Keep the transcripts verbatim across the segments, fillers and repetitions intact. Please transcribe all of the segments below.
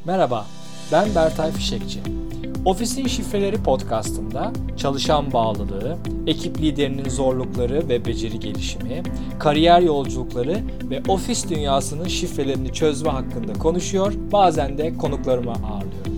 Merhaba, ben Bertay Fişekçi. Ofisin Şifreleri podcastında çalışan bağlılığı, ekip liderinin zorlukları ve beceri gelişimi, kariyer yolculukları ve ofis dünyasının şifrelerini çözme hakkında konuşuyor, bazen de konuklarımı ağırlıyorum.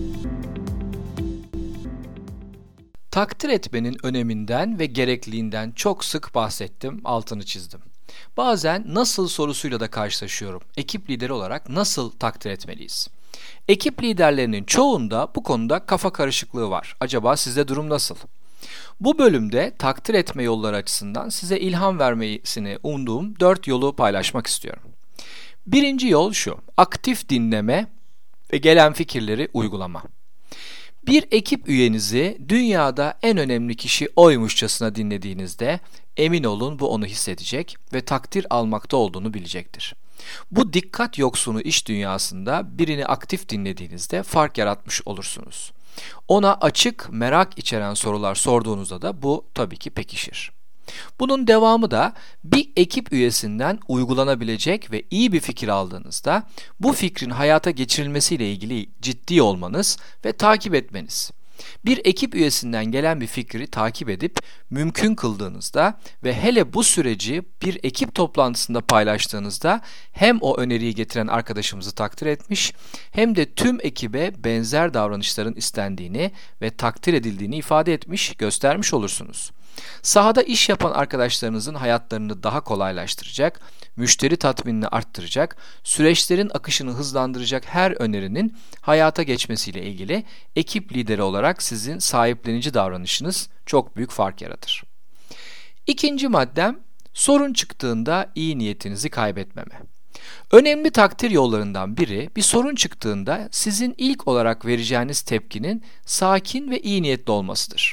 Takdir etmenin öneminden ve gerekliliğinden çok sık bahsettim, altını çizdim. Bazen nasıl sorusuyla da karşılaşıyorum. Ekip lideri olarak nasıl takdir etmeliyiz? Ekip liderlerinin çoğunda bu konuda kafa karışıklığı var. Acaba sizde durum nasıl? Bu bölümde takdir etme yolları açısından size ilham vermesini umduğum dört yolu paylaşmak istiyorum. Birinci yol şu: aktif dinleme ve gelen fikirleri uygulama. Bir ekip üyenizi dünyada en önemli kişi oymuşçasına dinlediğinizde emin olun bu onu hissedecek ve takdir almakta olduğunu bilecektir. Bu dikkat yoksunu iş dünyasında birini aktif dinlediğinizde fark yaratmış olursunuz. Ona açık, merak içeren sorular sorduğunuzda da bu tabii ki pekişir. Bunun devamı da bir ekip üyesinden uygulanabilecek ve iyi bir fikir aldığınızda bu fikrin hayata geçirilmesiyle ilgili ciddi olmanız ve takip etmeniz. Bir ekip üyesinden gelen bir fikri takip edip mümkün kıldığınızda ve hele bu süreci bir ekip toplantısında paylaştığınızda hem o öneriyi getiren arkadaşımızı takdir etmiş hem de tüm ekibe benzer davranışların istendiğini ve takdir edildiğini ifade etmiş, göstermiş olursunuz. Sahada iş yapan arkadaşlarınızın hayatlarını daha kolaylaştıracak, müşteri tatminini arttıracak, süreçlerin akışını hızlandıracak her önerinin hayata geçmesiyle ilgili ekip lideri olarak sizin sahiplenici davranışınız çok büyük fark yaratır. İkinci maddem, sorun çıktığında iyi niyetinizi kaybetmeme. Önemli takdir yollarından biri, bir sorun çıktığında sizin ilk olarak vereceğiniz tepkinin sakin ve iyi niyetli olmasıdır.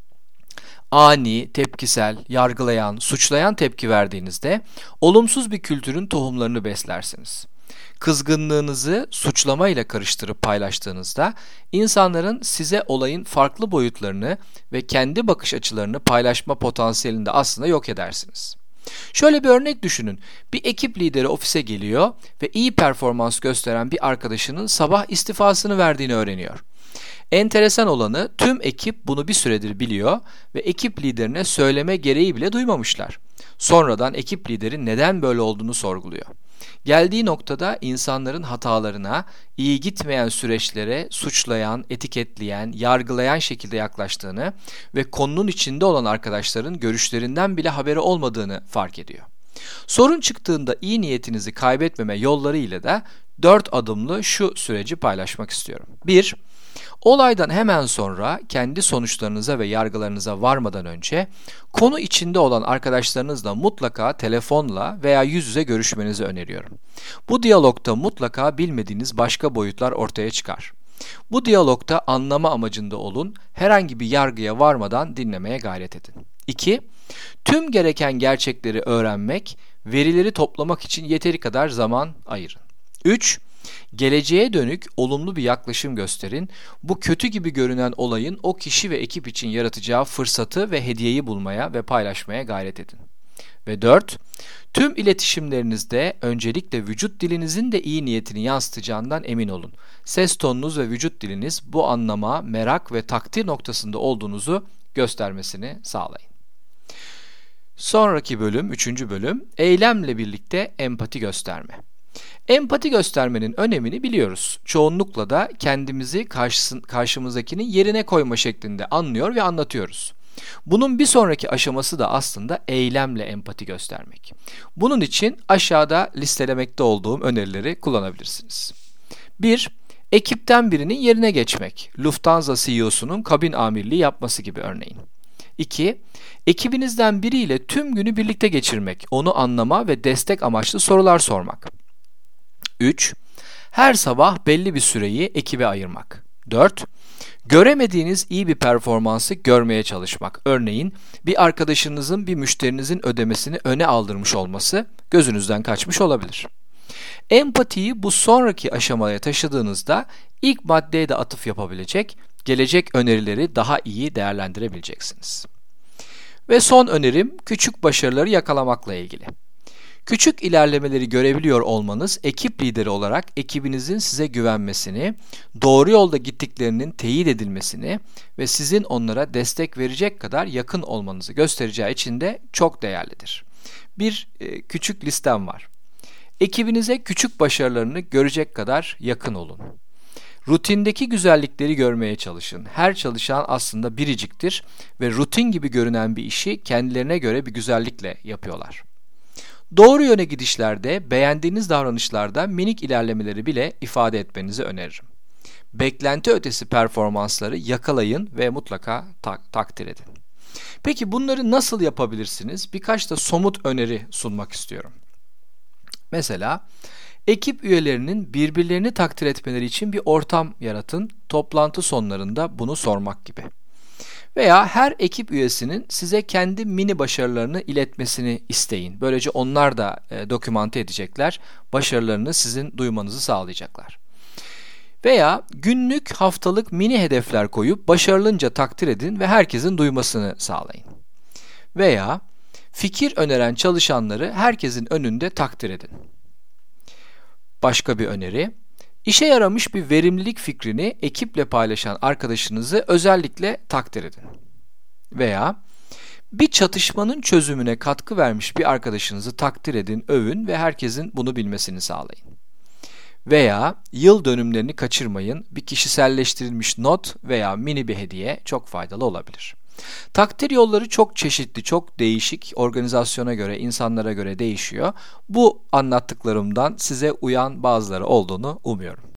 Ani, tepkisel, yargılayan, suçlayan tepki verdiğinizde olumsuz bir kültürün tohumlarını beslersiniz. Kızgınlığınızı suçlamayla karıştırıp paylaştığınızda insanların size olayın farklı boyutlarını ve kendi bakış açılarını paylaşma potansiyelini de aslında yok edersiniz. Şöyle bir örnek düşünün. Bir ekip lideri ofise geliyor ve iyi performans gösteren bir arkadaşının sabah istifasını verdiğini öğreniyor. Enteresan olanı tüm ekip bunu bir süredir biliyor ve ekip liderine söyleme gereği bile duymamışlar. Sonradan ekip lideri neden böyle olduğunu sorguluyor. Geldiği noktada insanların hatalarına, iyi gitmeyen süreçlere suçlayan, etiketleyen, yargılayan şekilde yaklaştığını ve konunun içinde olan arkadaşların görüşlerinden bile haberi olmadığını fark ediyor. Sorun çıktığında iyi niyetinizi kaybetmeme yollarıyla da dört adımlı şu süreci paylaşmak istiyorum. bir Olaydan hemen sonra kendi sonuçlarınıza ve yargılarınıza varmadan önce konu içinde olan arkadaşlarınızla mutlaka telefonla veya yüz yüze görüşmenizi öneriyorum. Bu diyalogda mutlaka bilmediğiniz başka boyutlar ortaya çıkar. Bu diyalogda anlama amacında olun, herhangi bir yargıya varmadan dinlemeye gayret edin. iki Tüm gereken gerçekleri öğrenmek, verileri toplamak için yeteri kadar zaman ayırın. üç Geleceğe dönük olumlu bir yaklaşım gösterin. Bu kötü gibi görünen olayın o kişi ve ekip için yaratacağı fırsatı ve hediyeyi bulmaya ve paylaşmaya gayret edin. Ve dört Tüm iletişimlerinizde öncelikle vücut dilinizin de iyi niyetini yansıtacağından emin olun. Ses tonunuz ve vücut diliniz bu anlama, merak ve takdir noktasında olduğunuzu göstermesini sağlayın. Sonraki bölüm, üçüncü bölüm, eylemle birlikte empati gösterme. Empati göstermenin önemini biliyoruz. Çoğunlukla da kendimizi karşısın, karşımızdakinin yerine koyma şeklinde anlıyor ve anlatıyoruz. Bunun bir sonraki aşaması da aslında eylemle empati göstermek. Bunun için aşağıda listelemekte olduğum önerileri kullanabilirsiniz. bir Ekipten birinin yerine geçmek. Lufthansa C E O'sunun kabin amirliği yapması gibi örneğin. iki Ekibinizden biriyle tüm günü birlikte geçirmek. Onu anlama ve destek amaçlı sorular sormak. üç Her sabah belli bir süreyi ekibe ayırmak. dört Göremediğiniz iyi bir performansı görmeye çalışmak. Örneğin bir arkadaşınızın bir müşterinizin ödemesini öne aldırmış olması gözünüzden kaçmış olabilir. Empatiyi bu sonraki aşamaya taşıdığınızda ilk maddeye de atıf yapabilecek, gelecek önerileri daha iyi değerlendirebileceksiniz. Ve son önerim küçük başarıları yakalamakla ilgili. Küçük ilerlemeleri görebiliyor olmanız, ekip lideri olarak ekibinizin size güvenmesini, doğru yolda gittiklerinin teyit edilmesini ve sizin onlara destek verecek kadar yakın olmanızı göstereceği için de çok değerlidir. Bir e, küçük listem var. Ekibinize küçük başarılarını görecek kadar yakın olun. Rutindeki güzellikleri görmeye çalışın. Her çalışan aslında biriciktir ve rutin gibi görünen bir işi kendilerine göre bir güzellikle yapıyorlar. Doğru yöne gidişlerde, beğendiğiniz davranışlarda minik ilerlemeleri bile ifade etmenizi öneririm. Beklenti ötesi performansları yakalayın ve mutlaka tak- takdir edin. Peki bunları nasıl yapabilirsiniz? Birkaç da somut öneri sunmak istiyorum. Mesela, ekip üyelerinin birbirlerini takdir etmeleri için bir ortam yaratın, toplantı sonlarında bunu sormak gibi. Veya her ekip üyesinin size kendi mini başarılarını iletmesini isteyin. Böylece onlar da e, dokümante edecekler, başarılarını sizin duymanızı sağlayacaklar. Veya günlük, haftalık mini hedefler koyup başarılınca takdir edin ve herkesin duymasını sağlayın. Veya fikir öneren çalışanları herkesin önünde takdir edin. Başka bir öneri, işe yaramış bir verimlilik fikrini ekiple paylaşan arkadaşınızı özellikle takdir edin. Veya bir çatışmanın çözümüne katkı vermiş bir arkadaşınızı takdir edin, övün ve herkesin bunu bilmesini sağlayın. Veya yıl dönümlerini kaçırmayın, bir kişiselleştirilmiş not veya mini bir hediye çok faydalı olabilir. Takdir yolları çok çeşitli, çok değişik, organizasyona göre, insanlara göre değişiyor. Bu anlattıklarımdan size uyan bazıları olduğunu umuyorum.